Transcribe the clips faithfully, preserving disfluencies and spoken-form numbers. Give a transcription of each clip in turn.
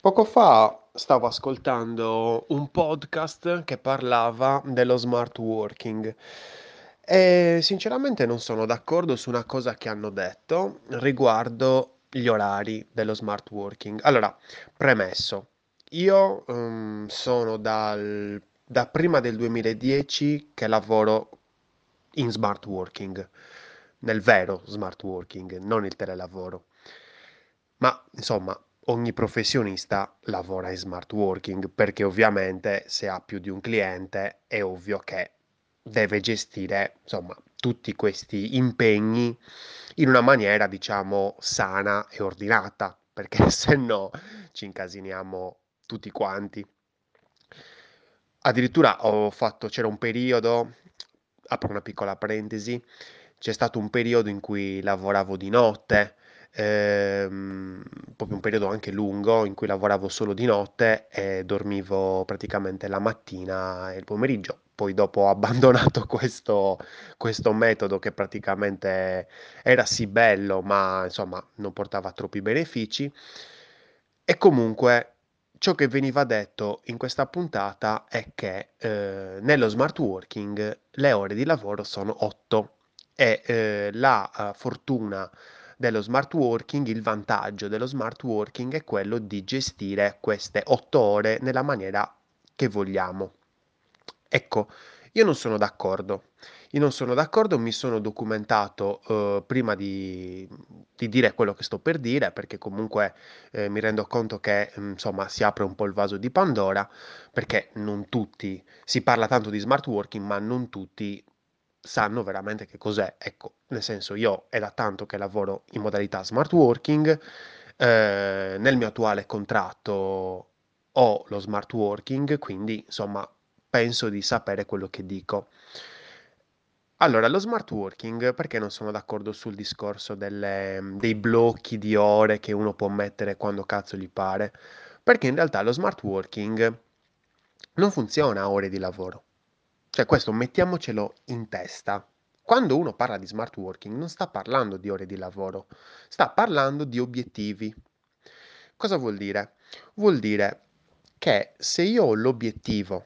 Poco fa stavo ascoltando un podcast che parlava dello smart working e sinceramente non sono d'accordo su una cosa che hanno detto riguardo gli orari dello smart working. Allora, premesso, io ehm, sono dal- da prima del duemiladieci che lavoro in smart working, nel vero smart working, non il telelavoro. Ma insomma, ogni professionista lavora in smart working perché ovviamente se ha più di un cliente è ovvio che deve gestire, insomma, tutti questi impegni in una maniera, diciamo, sana e ordinata, perché se no ci incasiniamo tutti quanti. Addirittura ho fatto, c'era un periodo, apro una piccola parentesi, c'è stato un periodo in cui lavoravo di notte, ehm, proprio un periodo anche lungo in cui lavoravo solo di notte e dormivo praticamente la mattina e il pomeriggio. Poi dopo ho abbandonato questo, questo metodo che praticamente era sì bello, ma insomma non portava troppi benefici. E comunque ciò che veniva detto in questa puntata è che eh, nello smart working le ore di lavoro sono otto e eh, la eh, fortuna dello smart working, il vantaggio dello smart working è quello di gestire queste otto ore nella maniera che vogliamo. Ecco, io non sono d'accordo. Io non sono d'accordo, mi sono documentato eh, prima di, di dire quello che sto per dire, perché comunque eh, mi rendo conto che mm, insomma si apre un po' il vaso di Pandora, perché non tutti, si parla tanto di smart working, ma non tutti sanno veramente che cos'è. Ecco, nel senso io è da tanto che lavoro in modalità smart working, eh, nel mio attuale contratto ho lo smart working, quindi insomma penso di sapere quello che dico. Allora, lo smart working, perché non sono d'accordo sul discorso delle- dei blocchi di ore che uno può mettere quando cazzo gli pare? Perché in realtà lo smart working non funziona a ore di lavoro. Cioè, questo mettiamocelo in testa. Quando uno parla di smart working non sta parlando di ore di lavoro, sta parlando di obiettivi. Cosa vuol dire? Vuol dire che se io ho l'obiettivo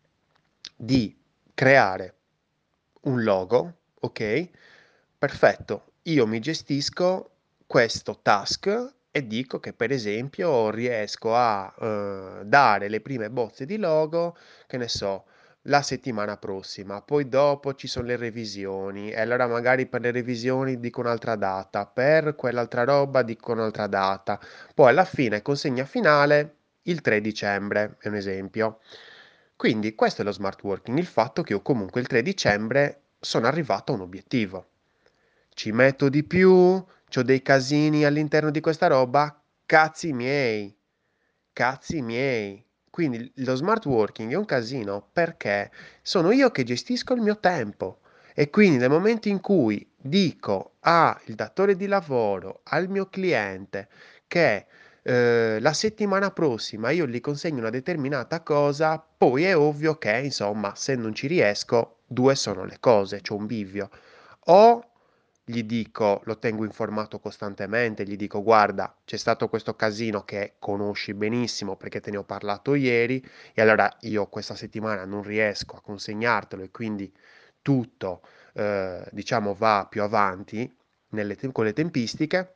di creare un logo, ok? Perfetto, io mi gestisco questo task e dico che per esempio riesco a eh, dare le prime bozze di logo, che ne so, la settimana prossima, poi dopo ci sono le revisioni e allora magari per le revisioni dico un'altra data, per quell'altra roba dico un'altra data, poi alla fine consegna finale il tre dicembre, è un esempio. Quindi questo è lo smart working, il fatto che io comunque il tre dicembre sono arrivato a un obiettivo. Ci metto di più, c'ho dei casini all'interno di questa roba, cazzi miei, cazzi miei. Quindi lo smart working è un casino perché sono io che gestisco il mio tempo e quindi nel momento in cui dico al datore di lavoro, al mio cliente che eh, la settimana prossima io gli consegno una determinata cosa, poi è ovvio che, insomma, se non ci riesco, due sono le cose, c'è un bivio. O gli dico, lo tengo informato costantemente, gli dico, guarda, c'è stato questo casino che conosci benissimo perché te ne ho parlato ieri, e allora io questa settimana non riesco a consegnartelo e quindi tutto, eh, diciamo, va più avanti nelle te- con le tempistiche.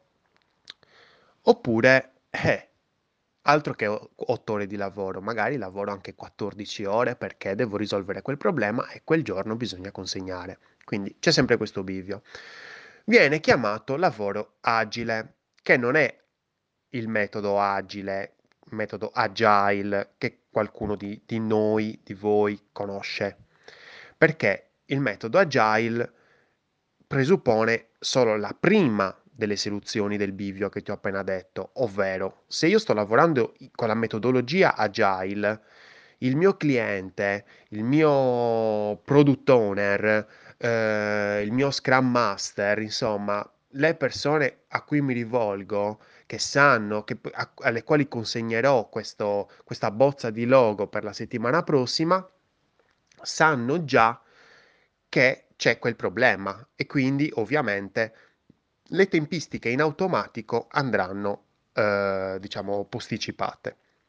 Oppure, eh, altro che otto ore di lavoro, magari lavoro anche quattordici ore perché devo risolvere quel problema e quel giorno bisogna consegnare. Quindi c'è sempre questo bivio. Viene chiamato lavoro agile, che non è il metodo agile, metodo agile che qualcuno di, di noi, di voi conosce. Perché il metodo agile presuppone solo la prima delle soluzioni del bivio che ti ho appena detto, ovvero se io sto lavorando con la metodologia agile, il mio cliente, il mio product owner, eh, il mio Scrum Master, insomma, le persone a cui mi rivolgo, che sanno, che, a- alle quali consegnerò questo- questa bozza di logo per la settimana prossima, sanno già che c'è quel problema e quindi ovviamente le tempistiche in automatico andranno, eh, diciamo, posticipate.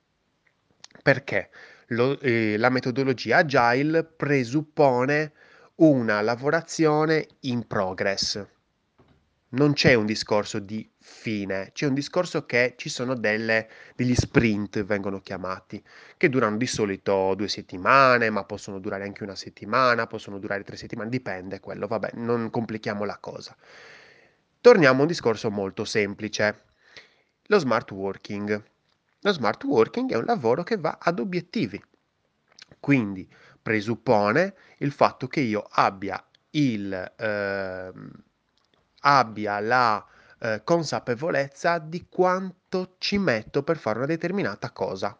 Perché lo- eh, la metodologia Agile presuppone una lavorazione in progress. Non c'è un discorso di fine, c'è un discorso che ci sono delle- degli sprint, vengono chiamati, che durano di solito due settimane, ma possono durare anche una settimana, possono durare tre settimane, dipende quello, vabbè, non complichiamo la cosa. Torniamo a un discorso molto semplice, lo smart working. Lo smart working è un lavoro che va ad obiettivi, quindi presuppone il fatto che io abbia il, ehm, abbia la eh, consapevolezza di quanto ci metto per fare una determinata cosa.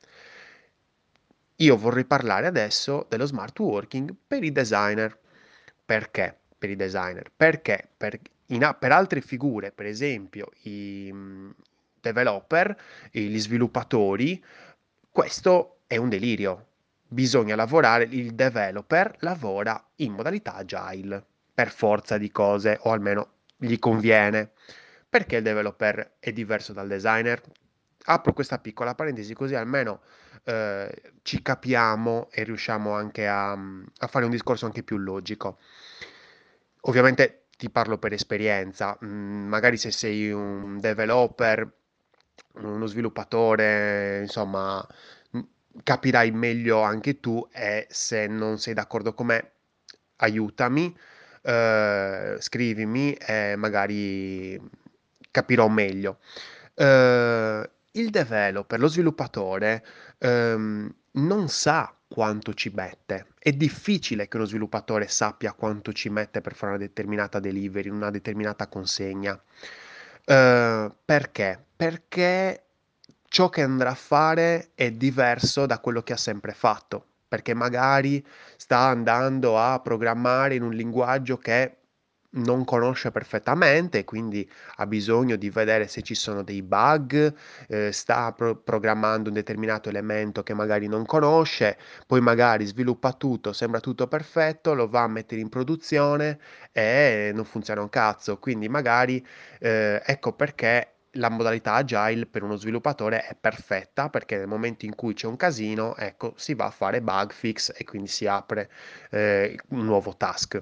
Io vorrei parlare adesso dello smart working per i designer. Perché per i designer? Perché per, in a- per altre figure, per esempio i mm, developer, e gli sviluppatori, questo è un delirio. Bisogna lavorare, il developer lavora in modalità agile, per forza di cose, o almeno gli conviene. Perché il developer è diverso dal designer? Apro questa piccola parentesi così almeno eh, ci capiamo e riusciamo anche a, a fare un discorso anche più logico. Ovviamente ti parlo per esperienza, mm, magari se sei un developer, uno sviluppatore, insomma, mm, capirai meglio anche tu e se non sei d'accordo con me, aiutami, eh, scrivimi e magari capirò meglio. Eh, il developer, lo sviluppatore, ehm, non sa quanto ci mette. È difficile che uno sviluppatore sappia quanto ci mette per fare una determinata delivery, una determinata consegna. Eh, perché? Perché ciò che andrà a fare è diverso da quello che ha sempre fatto. Perché magari sta andando a programmare in un linguaggio che non conosce perfettamente, quindi ha bisogno di vedere se ci sono dei bug, eh, sta pro- programmando un determinato elemento che magari non conosce, poi magari sviluppa tutto, sembra tutto perfetto, lo va a mettere in produzione e non funziona un cazzo. Quindi magari eh, ecco perché la modalità agile per uno sviluppatore è perfetta, perché nel momento in cui c'è un casino, ecco, si va a fare bug fix e quindi si apre eh, un nuovo task.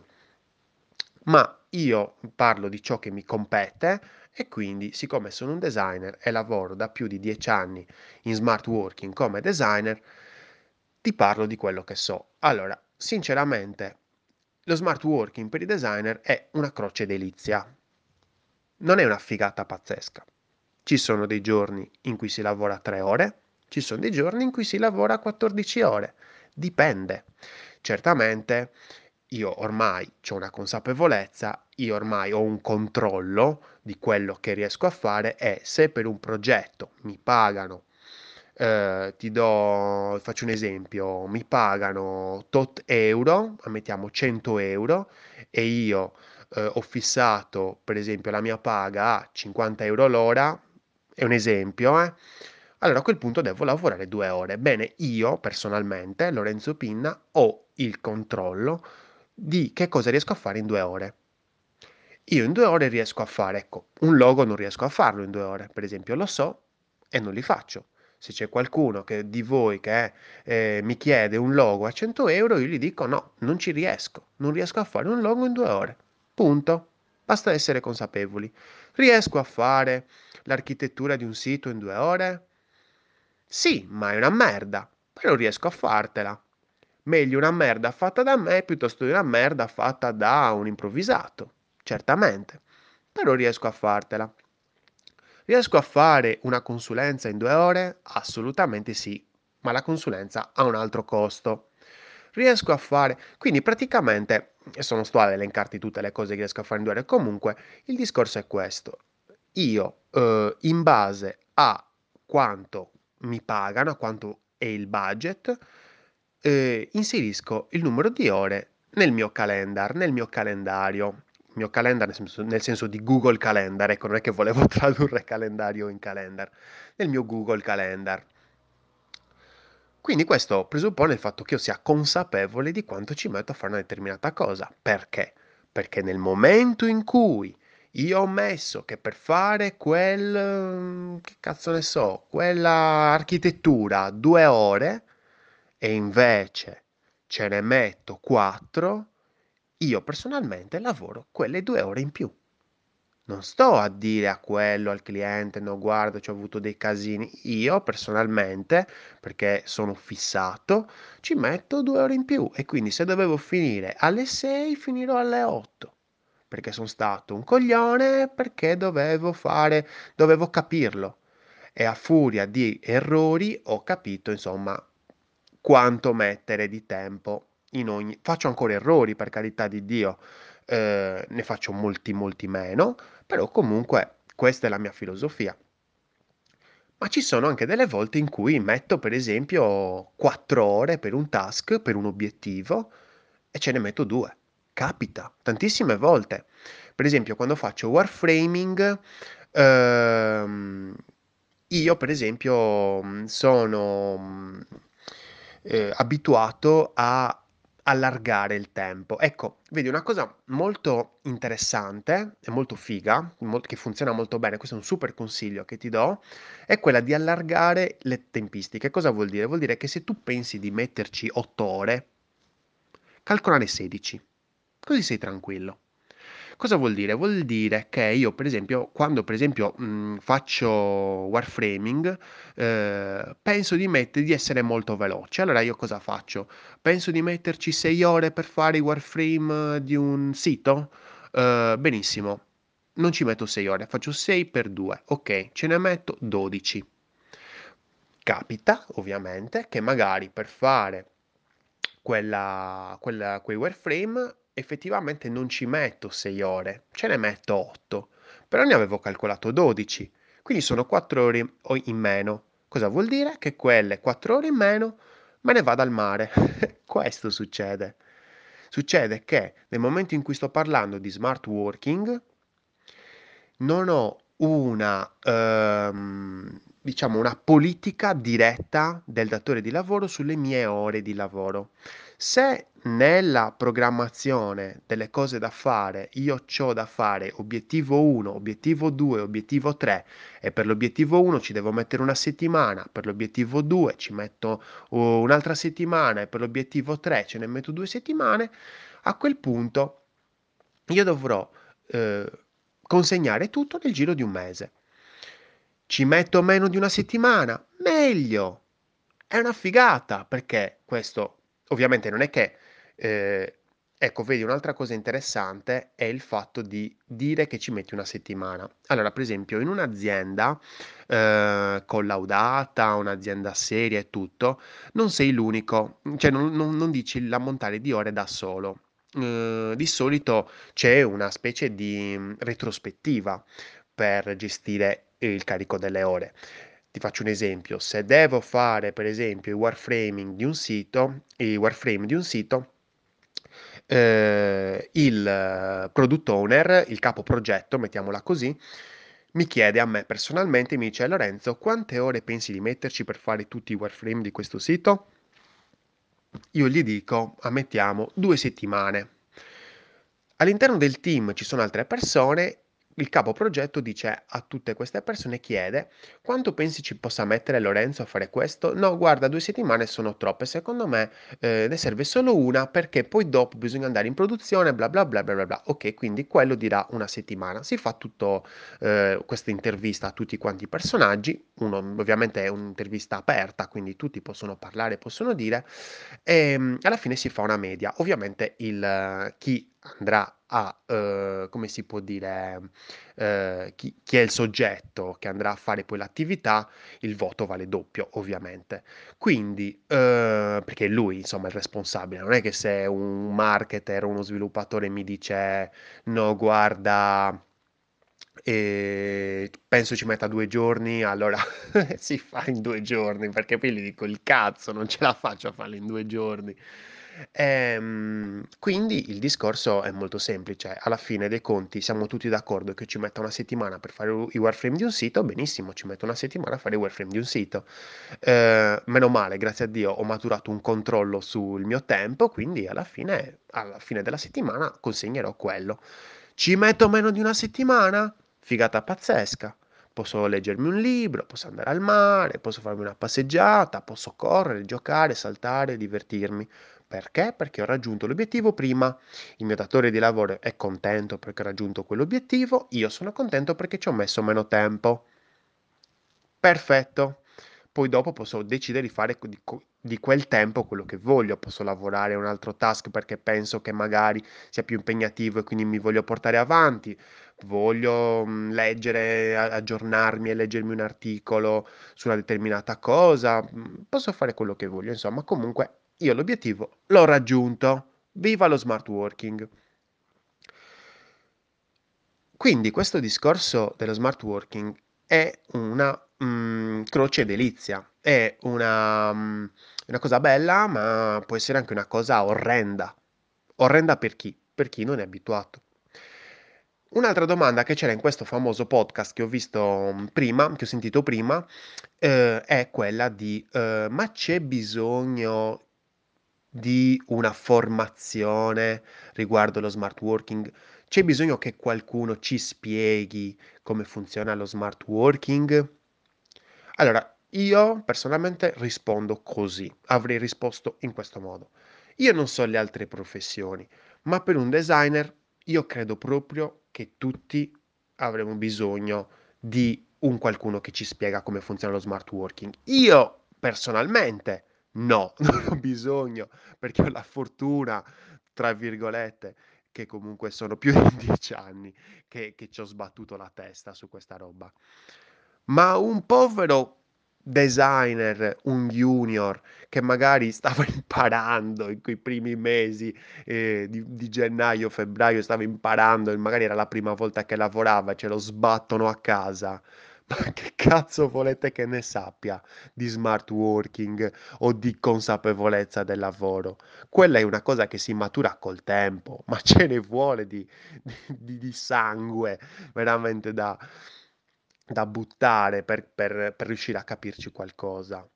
Ma io parlo di ciò che mi compete e quindi, siccome sono un designer e lavoro da più di dieci anni in smart working come designer, ti parlo di quello che so. Allora, sinceramente, lo smart working per i designer è una croce delizia. Non è una figata pazzesca. Ci sono dei giorni in cui si lavora tre ore, ci sono dei giorni in cui si lavora quattordici ore. Dipende. Certamente io ormai ho una consapevolezza, io ormai ho un controllo di quello che riesco a fare e se per un progetto mi pagano, eh, ti do, faccio un esempio, mi pagano tot euro, ammettiamo cento euro, e io eh, ho fissato per esempio la mia paga a cinquanta euro l'ora, è un esempio, eh. Allora a quel punto devo lavorare due ore. Bene, io personalmente, Lorenzo Pinna, ho il controllo di che cosa riesco a fare in due ore. Io in due ore riesco a fare, ecco, un logo non riesco a farlo in due ore, per esempio, lo so e non li faccio. Se c'è qualcuno che, di voi che eh, mi chiede un logo a cento euro, io gli dico no, non ci riesco, non riesco a fare un logo in due ore. Punto. Basta essere consapevoli. Riesco a fare l'architettura di un sito in due ore? Sì, ma è una merda, però riesco a fartela. Meglio una merda fatta da me piuttosto di una merda fatta da un improvvisato, certamente, però riesco a fartela. Riesco a fare una consulenza in due ore? Assolutamente sì, ma la consulenza ha un altro costo. Riesco a fare, quindi praticamente, adesso non sto ad elencarti tutte le cose che riesco a fare in due ore, comunque il discorso è questo. Io, eh, in base a quanto mi pagano, a quanto è il budget, eh, inserisco il numero di ore nel mio calendar, nel mio calendario. Il mio calendar nel senso, nel senso di Google Calendar, ecco, non è che volevo tradurre calendario in calendar, nel mio Google Calendar. Quindi questo presuppone il fatto che io sia consapevole di quanto ci metto a fare una determinata cosa. Perché? Perché nel momento in cui io ho messo che per fare quel, mm, che cazzo ne so, quella architettura due ore e invece ce ne metto quattro, io personalmente lavoro quelle due ore in più. Non sto a dire a quello, al cliente, no, guarda, ci ho avuto dei casini. Io personalmente, perché sono fissato, ci metto due ore in più e quindi se dovevo finire alle sei, finirò alle otto. Perché sono stato un coglione, perché dovevo fare, dovevo capirlo. E a furia di errori ho capito, insomma, quanto mettere di tempo in ogni... Faccio ancora errori, per carità di Dio, eh, ne faccio molti, molti meno, però comunque questa è la mia filosofia. Ma ci sono anche delle volte in cui metto, per esempio, quattro ore per un task, per un obiettivo, e ce ne metto due. Capita, tantissime volte. Per esempio, quando faccio warframing, ehm, io, per esempio, mh, sono mh, eh, abituato a allargare il tempo. Ecco, vedi una cosa molto interessante e molto figa, mol- che funziona molto bene, questo è un super consiglio che ti do, è quella di allargare le tempistiche. Cosa vuol dire? Vuol dire che se tu pensi di metterci otto ore, calcolane sedici, così sei tranquillo. Cosa vuol dire? Vuol dire che io, per esempio, quando per esempio mh, faccio warframing, eh, penso di mettere, di essere molto veloce. Allora io cosa faccio? Penso di metterci sei ore per fare i warframe di un sito? Eh, benissimo, non ci metto sei ore, faccio sei per due. Ok, ce ne metto dodici. Capita, ovviamente, che magari per fare quella, quella- quei wireframe effettivamente non ci metto sei ore, ce ne metto otto, però ne avevo calcolato dodici, quindi sono quattro ore o- in meno. Cosa vuol dire? Che quelle quattro ore in meno me ne vado al mare. Questo succede. Succede che nel momento in cui sto parlando di smart working, non ho una, ehm, diciamo, una politica diretta del datore di lavoro sulle mie ore di lavoro. Se nella programmazione delle cose da fare io ho da fare obiettivo uno, obiettivo due, obiettivo tre e per l'obiettivo uno ci devo mettere una settimana, per l'obiettivo due ci metto uh, un'altra settimana e per l'obiettivo tre ce ne metto due settimane, a quel punto io dovrò eh, consegnare tutto nel giro di un mese. Ci metto meno di una settimana? Meglio! È una figata, perché questo ovviamente non è che... eh, ecco, vedi, un'altra cosa interessante è il fatto di dire che ci metti una settimana. Allora, per esempio, in un'azienda eh, collaudata, un'azienda seria e tutto, non sei l'unico, cioè non, non- non dici l'ammontare di ore da solo. Eh, di solito c'è una specie di mm, retrospettiva per gestire il carico delle ore. Ti faccio un esempio: se devo fare per esempio il warframing di un sito, il warframe di un sito, eh, il eh, product owner, il capo progetto, mettiamola così, mi chiede a me personalmente, mi dice Lorenzo, quante ore pensi di metterci per fare tutti i warframe di questo sito? Io gli dico, ammettiamo, due settimane. All'interno del team ci sono altre persone, il capo progetto dice a tutte queste persone, chiede, quanto pensi ci possa mettere Lorenzo a fare questo? No, guarda, due settimane sono troppe, secondo me eh, ne serve solo una perché poi dopo bisogna andare in produzione, bla bla bla bla bla bla. Ok, quindi quello dirà una settimana. Si fa tutto eh, questa intervista a tutti quanti i personaggi, uno ovviamente è un'intervista aperta, quindi tutti possono parlare, possono dire, e mm, alla fine si fa una media. Ovviamente il, eh, chi andrà a, eh, come si può dire, eh, chi, chi è il soggetto che andrà a fare poi l'attività, il voto vale doppio, ovviamente. Quindi, eh, perché lui, insomma, è il responsabile, non è che se un marketer o uno sviluppatore mi dice no, guarda, eh, penso ci metta due giorni, allora si fa in due giorni, perché poi gli dico il cazzo, non ce la faccio a farlo in due giorni. Ehm, quindi il discorso è molto semplice, alla fine dei conti siamo tutti d'accordo che ci metta una settimana per fare i wireframe di un sito, benissimo, ci metto una settimana a fare i wireframe di un sito. Eh, meno male, grazie a Dio, ho maturato un controllo sul mio tempo, quindi alla fine, alla fine della settimana consegnerò quello. Ci metto meno di una settimana? Figata pazzesca. Posso leggermi un libro, posso andare al mare, posso farmi una passeggiata, posso correre, giocare, saltare, divertirmi. Perché? Perché ho raggiunto l'obiettivo prima. Il mio datore di lavoro è contento perché ho raggiunto quell'obiettivo, io sono contento perché ci ho messo meno tempo. Perfetto. Poi dopo posso decidere di fare di, co- di quel tempo quello che voglio. Posso lavorare un altro task perché penso che magari sia più impegnativo e quindi mi voglio portare avanti. Voglio mh, leggere, a- aggiornarmi e leggermi un articolo su una determinata cosa. mh, Posso fare quello che voglio, insomma, comunque io l'obiettivo l'ho raggiunto. Viva lo smart working! Quindi questo discorso dello smart working è una mm, croce e delizia, è una, mm, una cosa bella, ma può essere anche una cosa orrenda. Orrenda per chi? Per chi non è abituato. Un'altra domanda che c'era in questo famoso podcast che ho visto mm, prima, che ho sentito prima, eh, è quella di eh, ma c'è bisogno di una formazione riguardo lo smart working? C'è bisogno che qualcuno ci spieghi come funziona lo smart working? Allora, io personalmente rispondo così, avrei risposto in questo modo. Io non so le altre professioni, ma per un designer io credo proprio che tutti avremo bisogno di un qualcuno che ci spiega come funziona lo smart working. Io personalmente no, non ho bisogno perché ho la fortuna, tra virgolette, che comunque sono più di dieci anni che, che ci ho sbattuto la testa su questa roba. Ma un povero designer, un junior che magari stava imparando in quei primi mesi eh, di, di gennaio, febbraio, stava imparando e magari era la prima volta che lavorava, ce lo sbattono a casa. Ma che cazzo volete che ne sappia di smart working o di consapevolezza del lavoro? Quella è una cosa che si matura col tempo, ma ce ne vuole di, di- di sangue veramente da, da buttare per, per- per riuscire a capirci qualcosa.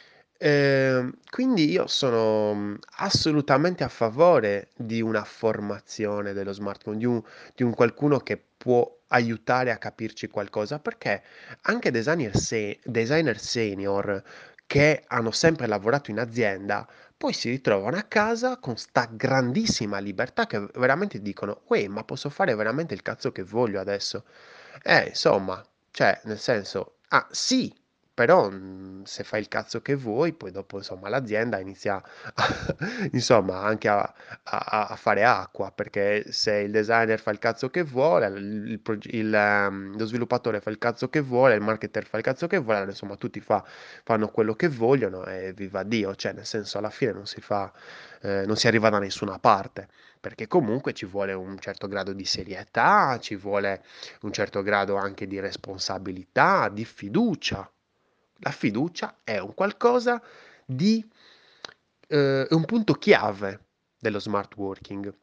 Ehm, quindi io sono mh, assolutamente a favore di una formazione dello smartphone, di un, di un qualcuno che può aiutare a capirci qualcosa, perché anche designer, se- designer senior che hanno sempre lavorato in azienda, poi si ritrovano a casa con sta grandissima libertà che veramente dicono, uè, ma posso fare veramente il cazzo che voglio adesso. Eh, insomma, cioè, nel senso, ah, sì, però mh, se fai il cazzo che vuoi, poi dopo, insomma, l'azienda inizia, a- insomma, anche a, a- a fare acqua, perché se il designer fa il cazzo che vuole, il- il prog- il, ehm, lo sviluppatore fa il cazzo che vuole, il marketer fa il cazzo che vuole, allora, insomma, tutti fa- fanno quello che vogliono e viva Dio, cioè, nel senso, alla fine non si fa, eh, non si arriva da nessuna parte, perché comunque ci vuole un certo grado di serietà, ci vuole un certo grado anche di responsabilità, di fiducia. La fiducia è un qualcosa di, eh, è un punto chiave dello smart working.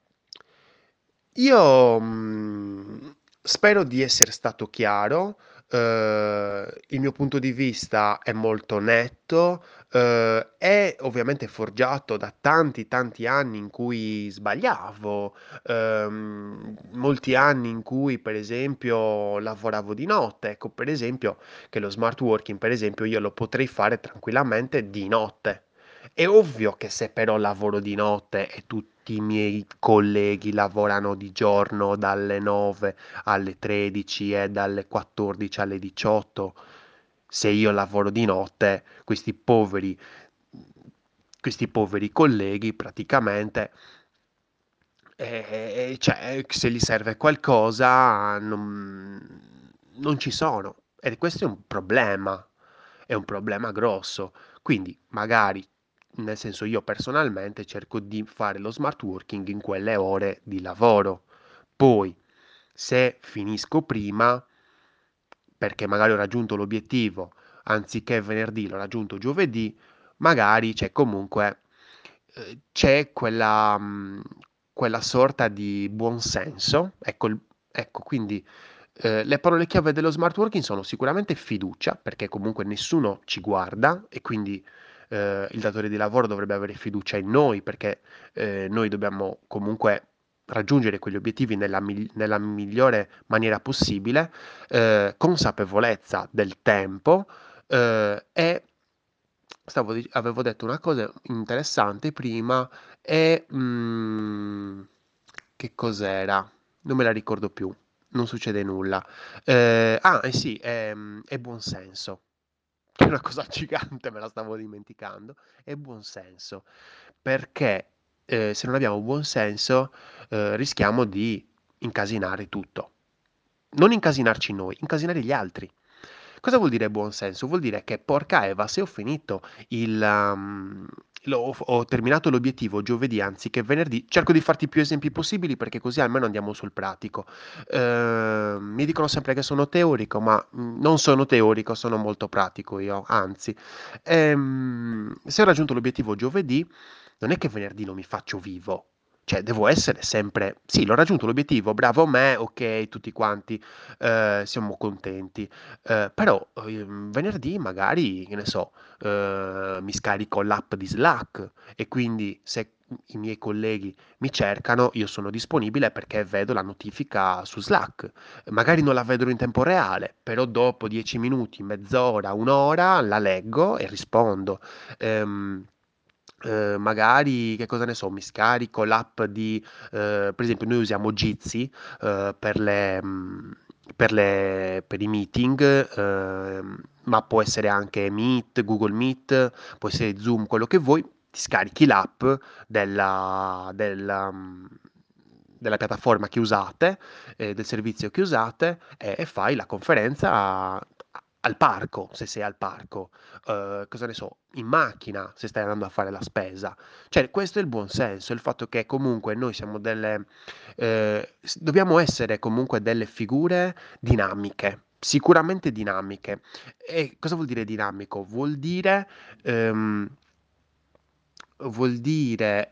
Io mh, spero di essere stato chiaro, eh, il mio punto di vista è molto netto, eh, è ovviamente forgiato da tanti tanti anni in cui sbagliavo, ehm, molti anni in cui per esempio lavoravo di notte, ecco per esempio che lo smart working per esempio io lo potrei fare tranquillamente di notte. È ovvio che se però lavoro di notte e tutti i miei colleghi lavorano di giorno dalle nove alle tredici e dalle quattordici alle diciotto, se io lavoro di notte, questi poveri, questi poveri colleghi praticamente, eh, cioè, se gli serve qualcosa, non, non ci sono. E questo è un problema, è un problema grosso. Quindi, magari, nel senso, io personalmente cerco di fare lo smart working in quelle ore di lavoro. Poi, se finisco prima, perché magari ho raggiunto l'obiettivo, anziché venerdì l'ho raggiunto giovedì, magari c'è comunque eh, c'è quella, mh, quella sorta di buonsenso. Ecco, il- ecco, quindi eh, le parole chiave dello smart working sono sicuramente fiducia, perché comunque nessuno ci guarda e quindi eh, il datore di lavoro dovrebbe avere fiducia in noi, perché eh, noi dobbiamo comunque raggiungere quegli obiettivi nella, migli- nella migliore maniera possibile, eh, consapevolezza del tempo, eh, e stavo dic- avevo detto una cosa interessante prima e mm, che cos'era? Non me la ricordo più, non succede nulla. Eh, ah, eh sì, è, è buonsenso. Che è una cosa gigante, me la stavo dimenticando. È buonsenso. Perché eh, se non abbiamo buonsenso, eh, rischiamo di incasinare tutto. Non incasinarci noi, incasinare gli altri. Cosa vuol dire buonsenso? Vuol dire che, porca Eva, se ho finito il, um, l'ho- ho terminato l'obiettivo giovedì anziché venerdì, cerco di farti più esempi possibili perché così almeno andiamo sul pratico. Eh, mi dicono sempre che sono teorico, ma mm, non sono teorico, sono molto pratico io, anzi. Ehm, se ho raggiunto l'obiettivo giovedì, non è che venerdì non mi faccio vivo. Cioè, devo essere sempre... Sì, l'ho raggiunto l'obiettivo, bravo me, ok, tutti quanti eh, siamo contenti. Eh, però ehm, venerdì magari, che ne so, eh, mi scarico l'app di Slack e quindi se i miei colleghi mi cercano, io sono disponibile perché vedo la notifica su Slack. Magari non la vedo in tempo reale, però dopo dieci minuti, mezz'ora, un'ora la leggo e rispondo. Ehm, eh, magari, che cosa ne so, mi scarico l'app di, eh, per esempio, noi usiamo Jitsi eh, per le, mh, per le- per i meeting, ehm, ma può essere anche Meet, Google Meet, può essere Zoom, quello che vuoi. Ti scarichi l'app della, della, mh, della piattaforma che usate, eh, del servizio che usate e, e fai la conferenza a- al parco, se sei al parco, eh, cosa ne so, in macchina, se stai andando a fare la spesa. Cioè, questo è il buon senso, il fatto che comunque noi siamo delle, eh, s- dobbiamo essere comunque delle figure dinamiche. Sicuramente dinamiche. E cosa vuol dire dinamico? Vuol dire ehm, vuol dire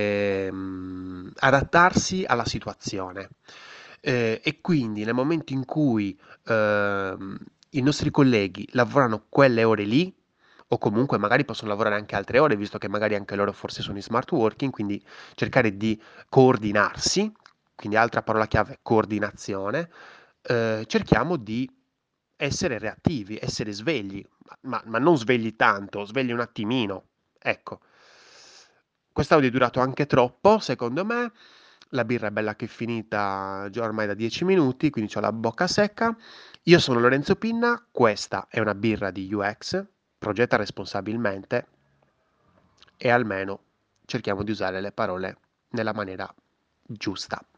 ehm, adattarsi alla situazione. Eh, e quindi nel momento in cui ehm, i nostri colleghi lavorano quelle ore lì, o comunque magari possono lavorare anche altre ore, visto che magari anche loro forse sono in smart working, quindi cercare di coordinarsi, quindi altra parola chiave, coordinazione, eh, cerchiamo di essere reattivi, essere svegli, ma, ma non svegli tanto, svegli un attimino. Ecco, quest'audio è durato anche troppo, secondo me. La birra è bella che è finita già ormai da dieci minuti, quindi ho la bocca secca. Io sono Lorenzo Pinna, questa è una birra di U X, progetta responsabilmente e almeno cerchiamo di usare le parole nella maniera giusta.